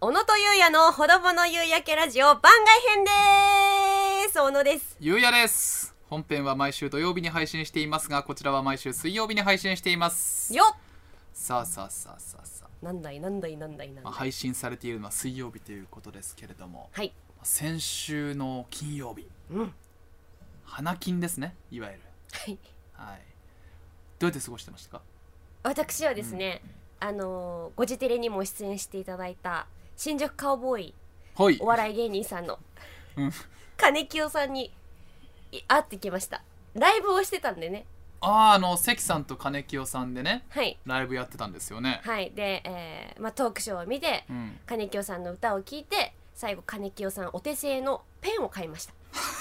小野とゆうやのほどぼの夕焼けラジオ番外編です。小野です。 ゆうやです。本編は毎週土曜日に配信していますが、こちらは毎週水曜日に配信していますよっ。 さあなんだい、 配信されているのは水曜日ということですけれども、 はい、 先週の金曜日、花金ですね、いわゆる。はい、どうやって過ごしてましたか？ 私はですね、ゴジテレにも出演していただいた新宿カウボーイ、お笑い芸人さんの金清さんに会ってきました。ライブをしてたんでね。 関さんと金清さんでね、 はい、 ライブやってたんですよね。 はい。で、トークショーを見て、金清さんの歌を聴いて、最後金清さんお手製のペンを買いました。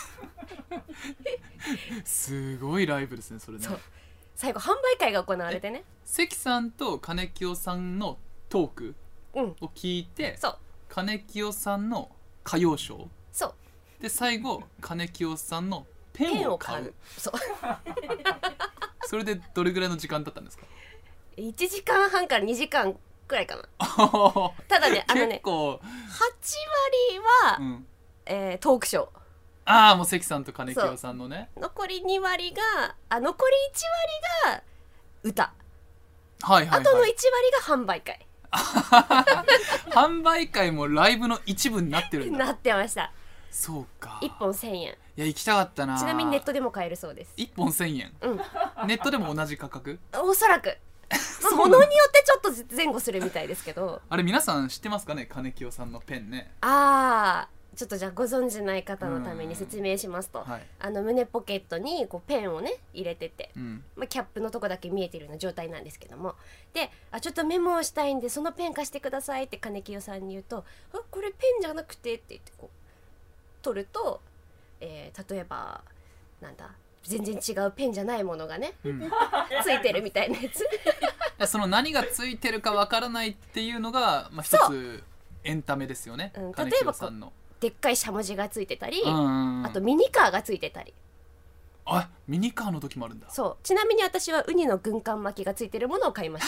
すごいライブですね、それね。 そう、最後販売会が行われてね、 関さんと金清さんのトークを聞いて、 そう、 金清さんの歌謡ショー、 そうで最後金清さんのペンを買う。 そうそれでどれぐらいの時間だったんですか ？1時間半から2時間くらいかな。ただね、 結構 8割は、トークショー。もう関さんと金清さんのね。 残り2割が残り1割が歌、 あとの 1割が販売会。 販売会もライブの一部になってるんだ。 なってました。 そうか。 1本1000円。 いや、行きたかったな。 ちなみにネットでも買えるそうです。 1本1000円、ネットでも同じ価格？ おそらく物によってちょっと前後するみたいですけど。 あれ皆さん知ってますかね、金清さんのペンね。 ちょっとじゃあご存じない方のために説明しますと、胸ポケットにこうペンをね入れてて、キャップのとこだけ見えてるような状態なんですけども、でちょっとメモをしたいんでそのペン貸してくださいって金清さんに言うと、これペンじゃなくてって言ってこう取ると、例えばなんだ、全然違うペンじゃないものがね、ついてるみたいなやつ。 その何がついてるかわからないっていうのが、一つエンタメですよね。金清さんのでっかいしゃもじがついてたり、あとミニカーがついてたり。 ミニカーの時もあるんだ。 そう、ちなみに私はウニの軍艦巻きがついてるものを買いました。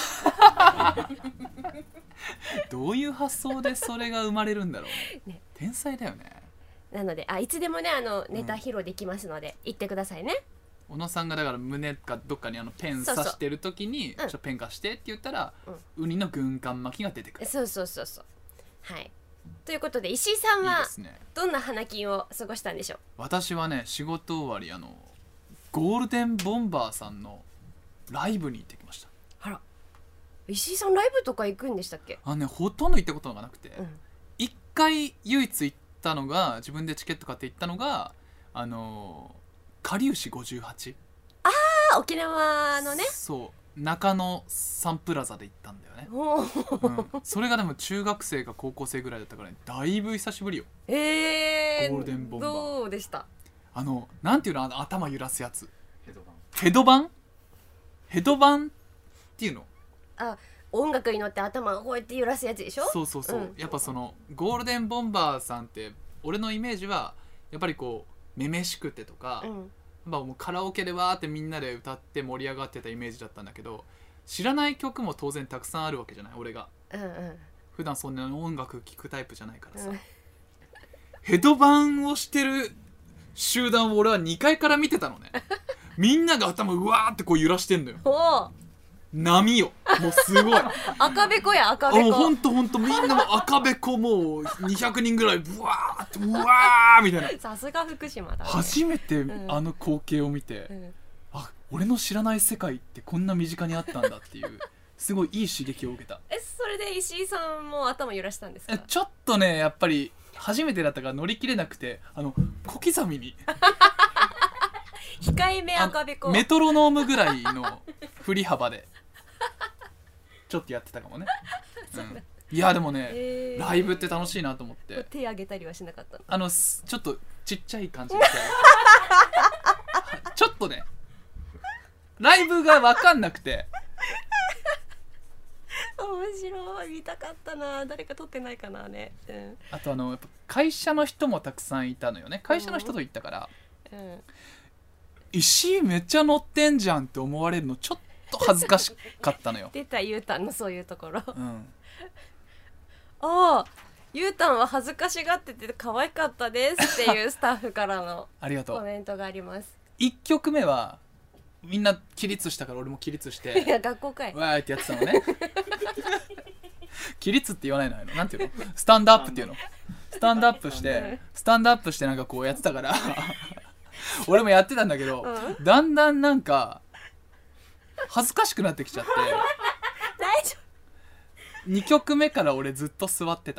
どういう発想でそれが生まれるんだろうね。天才だよね。 なのでいつでもねネタ披露できますので、行ってくださいね。小野さんがだから胸かどっかにペン刺してる時にちょペン貸してって言ったら、ウニの軍艦巻きが出てくる。 そうはい。ということで石井さんはどんな花金を過ごしたんでしょう？ 私はね、仕事終わりゴールデンボンバーさんのライブに行ってきました。 あら、石井さんライブとか行くんでしたっけ？ ほとんど行ったことがなくて、1回唯一行ったのが、自分でチケット買って行ったのがかりゆし58。 沖縄のね。 そう、中野サンプラザで行ったんだよね。それがでも中学生か高校生ぐらいだったからね、だいぶ久しぶりよ。ゴールデンボンバーどうでした？ なんていうの、頭揺らすやつ、ヘドバンっていうの。 音楽に乗って頭をこうやって揺らすやつでしょ？ そう、やっぱそのゴールデンボンバーさんって俺のイメージはやっぱりこうめめしくてとか、もうカラオケでわーってみんなで歌って盛り上がってたイメージだったんだけど、知らない曲も当然たくさんあるわけじゃない、俺が。普段そんな音楽聴くタイプじゃないからさ、ヘドバンをしてる集団を俺は2階から見てたのね。みんなが頭うわーってこう揺らしてんのよ。波よ、もうすごい。 赤べこや、赤べこ。 ほんとみんなも赤べこ、もう200人ぐらいブワーってうわーみたいな。 さすが福島だね。初めて光景を見て、俺の知らない世界ってこんな身近にあったんだっていう、すごいいい刺激を受けた。 それで石井さんも頭揺らしたんですか？ ちょっとね、やっぱり初めてだったから乗り切れなくて、小刻みに控えめ赤べこ、 メトロノームぐらいの振り幅でちょっとやってたかもね。いやでもね、ライブって楽しいなと思って。 手挙げたりはしなかったの？ちょっとちっちゃい感じでちょっとね、ライブが分かんなくて。 面白い、見たかったな。誰か撮ってないかなね。 あとやっぱ会社の人もたくさんいたのよね。会社の人と行ったから、石井めっちゃ乗ってんじゃんって思われるのちょっと恥ずかしかったのよ。 出た、ゆうたんのそういうところ。 うん、 ああ、 ゆうたんは恥ずかしがってて可愛かったですっていうスタッフからのありがとうコメントがあります。 1曲目はみんな起立したから俺も起立していや学校かいわーってやってたのね起立って言わないのなんていうのスタンドアップっていうのスタンドアップしてなんかこうやってたから俺もやってたんだけど、だんだんなんか恥ずかしくなってきちゃって大丈 2曲目から俺ずっと座ってた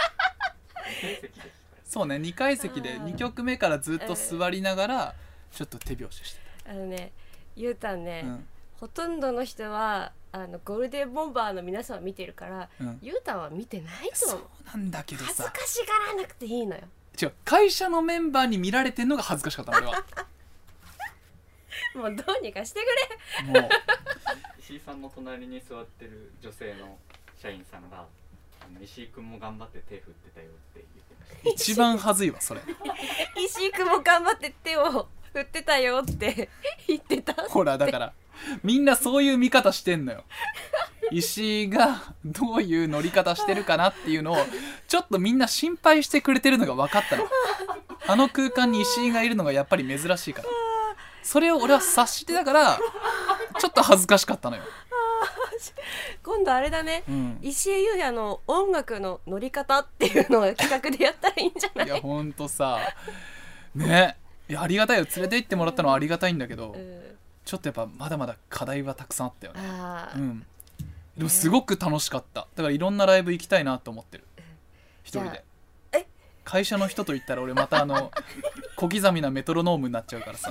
そうね2階席で2曲目からずっと座りながらちょっと手拍子して夫。ゆうたんね、ほとんどの人はゴールデンボンバーの皆さんを見てるから、ゆうたんは見てないと思う。 そうなんだけどさ恥ずかしがらなくていいのよ。 違う会社のメンバーに見られてんのが恥ずかしかったの俺はもうどうにかしてくれもう石井さんの隣に座ってる女性の社員さんが石井くんも頑張って手振ってたよって言ってました一番恥ずいわそれ石井くんも頑張って手を振ってたよって言ってた。 ほらだからみんなそういう見方してんのよ石井がどういう乗り方してるかなっていうのをちょっとみんな心配してくれてるのが分かったの。あの空間に石井がいるのがやっぱり珍しいから、それを俺は察してたからちょっと恥ずかしかったのよ。 今度あれだね、石井優也の音楽の乗り方っていうのを企画でやったらいいんじゃない？ いやほんとさね、いやありがたいよ、連れて行ってもらったのはありがたいんだけど、ちょっとやっぱまだまだ課題はたくさんあったよね。でもすごく楽しかった。だからいろんなライブ行きたいなと思ってる、一人で。会社の人と言ったら俺また小刻みなメトロノームになっちゃうからさ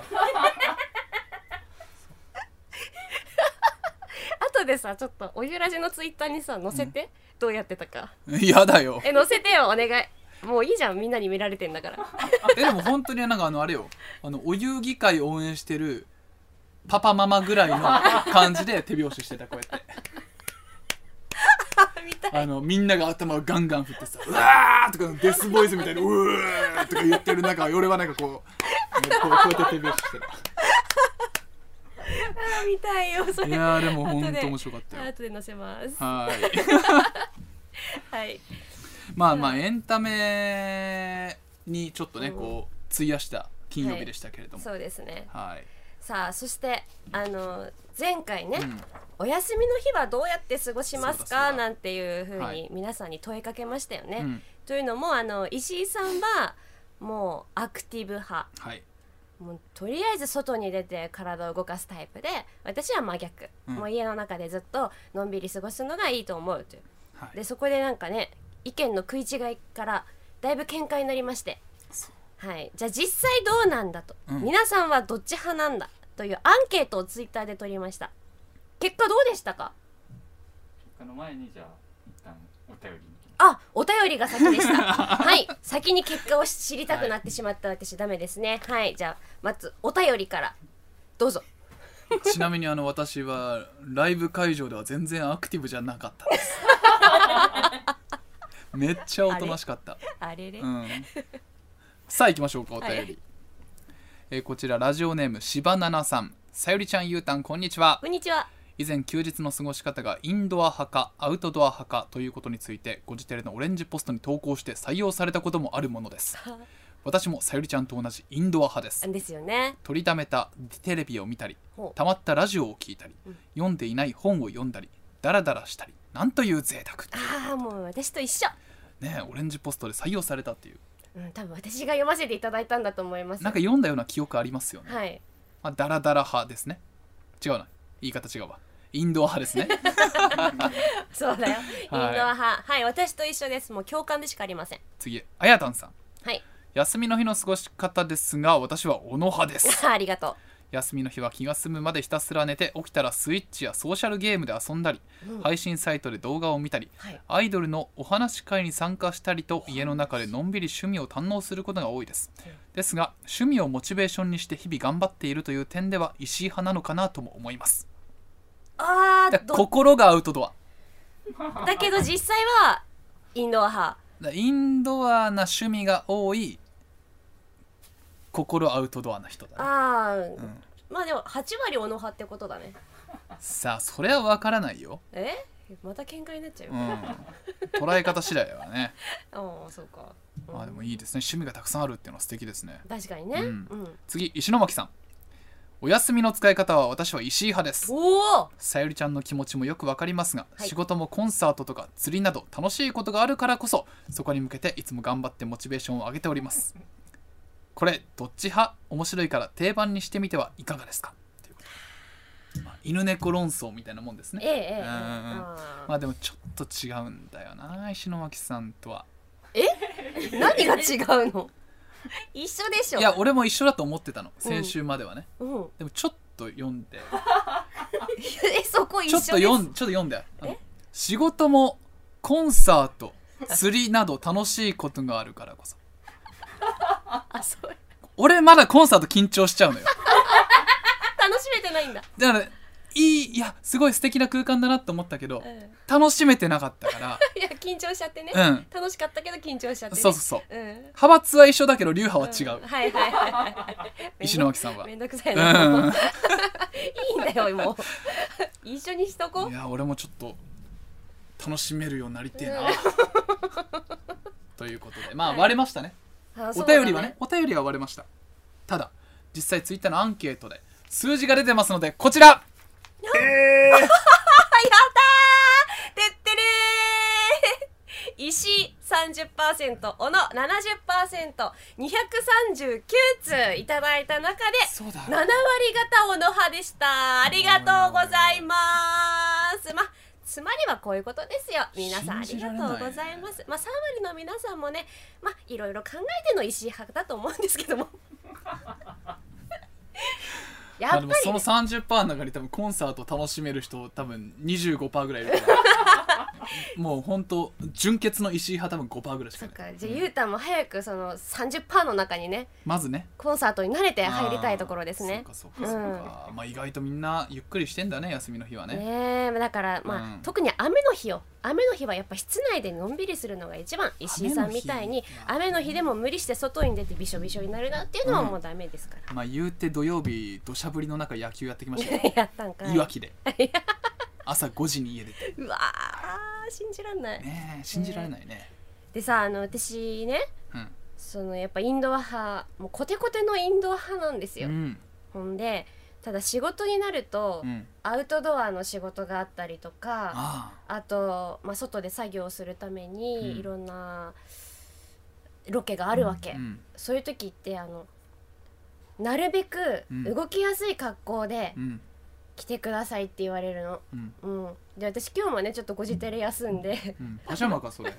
後でさちょっとおゆらじのツイッターにさ載せて、どうやってたか。 やだよ。 載せてよお願い。もういいじゃん、みんなに見られてんだからでも本当になんかあれよ、お遊戯会応援してるパパママぐらいの感じで手拍子してた、こうやってみんなが頭をガンガン振ってさ、うわーとかデスボイスみたいにうーとか言ってる中、俺はなんかこうやって手拍子してた見たいよそれ。 いやでも本当面白かったよ。 後で載せます。 はいはいまあまあエンタメにちょっとねこう費やした金曜日でしたけれども、 そうですね。 はい。 さあそして前回ね、お休みの日はどうやって過ごしますかなんていうふうに皆さんに問いかけましたよね。というのも石井さんはもうアクティブ派、もうとりあえず外に出て体を動かすタイプで、私は真逆、もう家の中でずっとのんびり過ごすのがいいと思うという、でそこでなんかね意見の食い違いからだいぶ喧嘩になりまして、じゃあ実際どうなんだと、皆さんはどっち派なんだというアンケートをツイッターで取りました。結果どうでしたか？ 結果の前にじゃあ一旦お便りに。 お便りが先でしたはい先に結果を知りたくなってしまった私、ダメですね。じゃあまずお便りからどうぞ。 ちなみに私はライブ会場では全然アクティブじゃなかったですめっちゃおとなしかった。 あれれ、 さあ行きましょうか、お便り、こちらラジオネームしばななさん。さゆりちゃん、ゆうたん、こんにちは。 こんにちは。 以前休日の過ごし方がインドア派かアウトドア派かということについてゴジテレのオレンジポストに投稿して採用されたこともあるものです私もさゆりちゃんと同じインドア派です。 ですよね。 取りためたテレビを見たり、たまったラジオを聞いたり、読んでいない本を読んだり、ダラダラしたり、なんという贅沢。 もう私と一緒ね。オレンジポストで採用されたっていう、 多分私が読ませていただいたんだと思います。 なんか読んだような記憶ありますよね。ダラダラ派ですね。違うな、言い方違うわ。インドア派ですねそうだよ、インドア派。私と一緒です。もう共感でしかありません。 次、あやたんさん。休みの日の過ごし方ですが私はオノ派ですありがとう。 休みの日は気が済むまでひたすら寝て、起きたらスイッチやソーシャルゲームで遊んだり、配信サイトで動画を見たり、アイドルのお話し会に参加したりと、家の中でのんびり趣味を堪能することが多いです。ですが趣味をモチベーションにして日々頑張っているという点では石井派なのかなとも思います。心がアウトドアだけど実際はインドア派。 インドアな趣味が多い心アウトドアな人だね。 まあでも8割オノ派ってことだね。 さあそれは分からないよ。 また喧嘩になっちゃうよ、 捉え方次第はねああそうか、 まあでもいいですね、趣味がたくさんあるっていうのは素敵ですね。 確かにね、 次石巻さん、お休みの使い方は私は石井派です。さゆりちゃんの気持ちもよくわかりますが、仕事もコンサートとか釣りなど楽しいことがあるからこそ、そこに向けていつも頑張ってモチベーションを上げております。これどっち派？面白いから定番にしてみてはいかがですか？ということで、犬猫論争みたいなもんですね。まあでもちょっと違うんだよな、石巻さんとは。 何が違うの？一緒でしょ。 いや俺も一緒だと思ってたの、先週まではね、でもちょっと読んでそこ一緒です。 ちょっと読んで、仕事もコンサート釣りなど楽しいことがあるからこそ俺まだコンサート緊張しちゃうのよ楽しめてないんだ。 だからいやすごい素敵な空間だなと思ったけど、楽しめてなかったからいや緊張しちゃってね、楽しかったけど緊張しちゃってね。 そう、派閥は一緒だけど流派は違う、石巻さんはめんどくさいな、いいんだよもう一緒にしとこう。 いや俺もちょっと楽しめるようになりてえなということで割れましたね、お便りはね、お便りは割れました。ただ実際ツイッターのアンケートで数字が出てますのでこちらやったーてってれー石 30%、小野 70%、239 通いただいた中で7割方小野派でした。ありがとうございます。つまりはこういうことですよ。皆さんありがとうございます。3割の皆さんもね、いろいろ考えての石派だと思うんですけどもやっぱり、ね、 その 30% の中に多分コンサート楽しめる人多分 25% ぐらいいるからもう本当純潔の石井派多分 5% ぐらいしかない。 そっか、じゃあゆうたも早くその 30% の中にね、 まずねコンサートに慣れて入りたいところですね。 そうか、意外とみんなゆっくりしてんだね、休みの日はね。 だから特に雨の日はやっぱ室内でのんびりするのが一番。石井さんみたいに雨の日でも無理して外に出てびしょびしょになるなっていうのはもうダメですから、 言うて土曜日土砂降りの中野球やってきましたよやったんかい、 いわきで朝5時に家出て、 うわー信じらんないね、信じられないね。 でさ、私ね、そのやっぱインドア派、もうコテコテのインドア派なんですよ、ほんでただ仕事になると、アウトドアの仕事があったりとか、あと、外で作業するためにいろんなロケがあるわけ、そういう時ってなるべく動きやすい格好で来てくださいって言われるの、で私今日もねちょっとゴジテレ休んで、 パジャマかそれ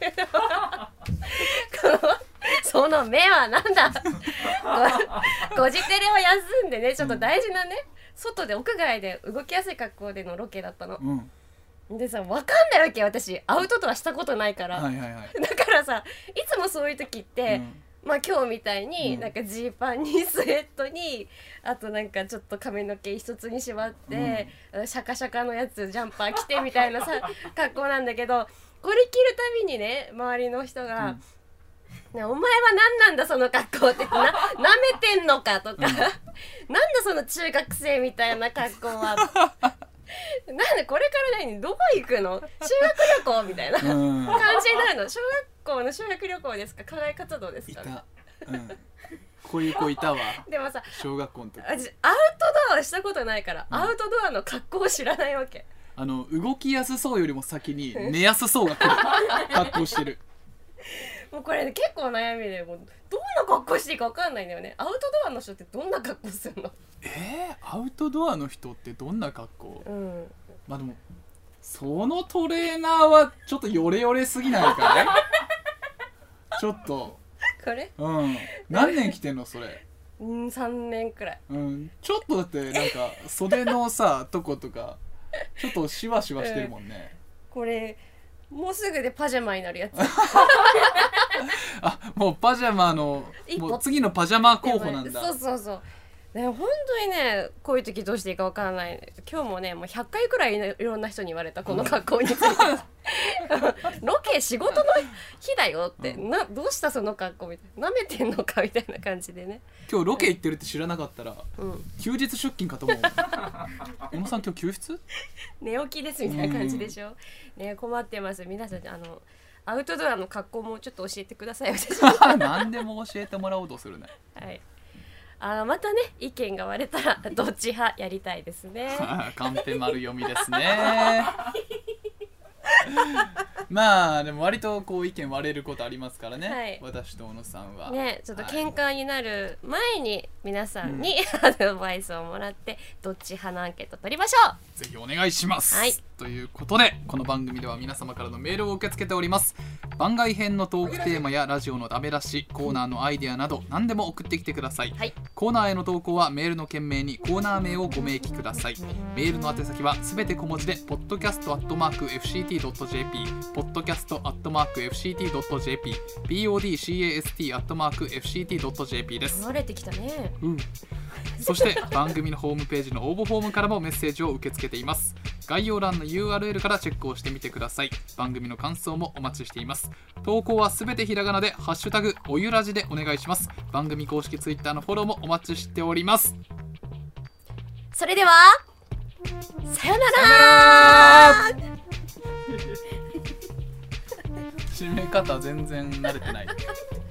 その目はなんだゴジテレを休んでね、ちょっと大事なね、外で屋外で動きやすい格好でのロケだったの、でさ、分かんないわけよ、私アウトドアしたことないから、だからさ、いつもそういう時って、今日みたいになんかジーパンにスウェットに、あとなんかちょっと髪の毛一つに縛って、シャカシャカのやつジャンパー着てみたいなさ格好なんだけど、これ着るたびにね、周りの人が、お前は何なんだその格好ってなめてんのかとか、なんだその中学生みたいな格好はなんでこれからどこ行くの、修学旅行みたいな感じになるの。小学校の修学旅行ですか、課外活動ですか、 いた、こういう子いたわでもさ、 小学校の時私アウトドアしたことないから、アウトドアの格好を知らないわけ。 動きやすそうよりも先に寝やすそうが来る格好してるもうこれ、ね、結構悩みで、もうどんな格好していいか分かんないんだよね。アウトドアの人ってどんな格好するの？ アウトドアの人ってどんな格好？でもそのトレーナーはちょっとヨレヨレすぎないかねちょっとこれ？ 何年着てんのそれ ？3年くらい。 ちょっとだってなんか袖のさとことかちょっとシワシワしてるもんね、 これもうすぐでパジャマになるやつもうパジャマのもう次のパジャマ候補なんだ。 そうね、本当にねこういう時どうしていいかわからない。今日もねもう100回くらいいろんな人に言われたこの格好についてロケ仕事の日だよって、どうしたその格好みたいな、舐めてんのかみたいな感じでね。 今日ロケ行ってるって知らなかったら、休日出勤かと思う。小野さん今日休日寝起きですみたいな感じでしょ、ね、困ってます。皆さんアウトドアの格好もちょっと教えてください。 何でも教えてもらおうとするね。 はい、またね意見が割れたらどっち派やりたいですね。 カンペ丸読みですね。まあでも割とこう意見割れることありますからね、はい、私と小野さんはね、ちょっと喧嘩になる前に皆さんに、アドバイスをもらってどっち派のアンケート取りましょう。ぜひお願いします、はい、ということでこの番組では皆様からのメールを受け付けております。番外編のトークテーマやラジオのダメ出し、コーナーのアイデアなど何でも送ってきてください、はい、コーナーへの投稿はメールの件名にコーナー名をご明記ください。メールの宛先はすべて小文字で podcast@fct.jp podcast@fct.jp podcast@fct.jp です。 慣れてきたね、 そして番組のホームページの応募フォームからもメッセージを受け付けています。概要欄の URL からチェックをしてみてください。番組の感想もお待ちしています。投稿はすべてひらがなでハッシュタグおゆらじでお願いします。番組公式ツイッターのフォローもお待ちしております。 それではさよなら。 締め方全然慣れてない。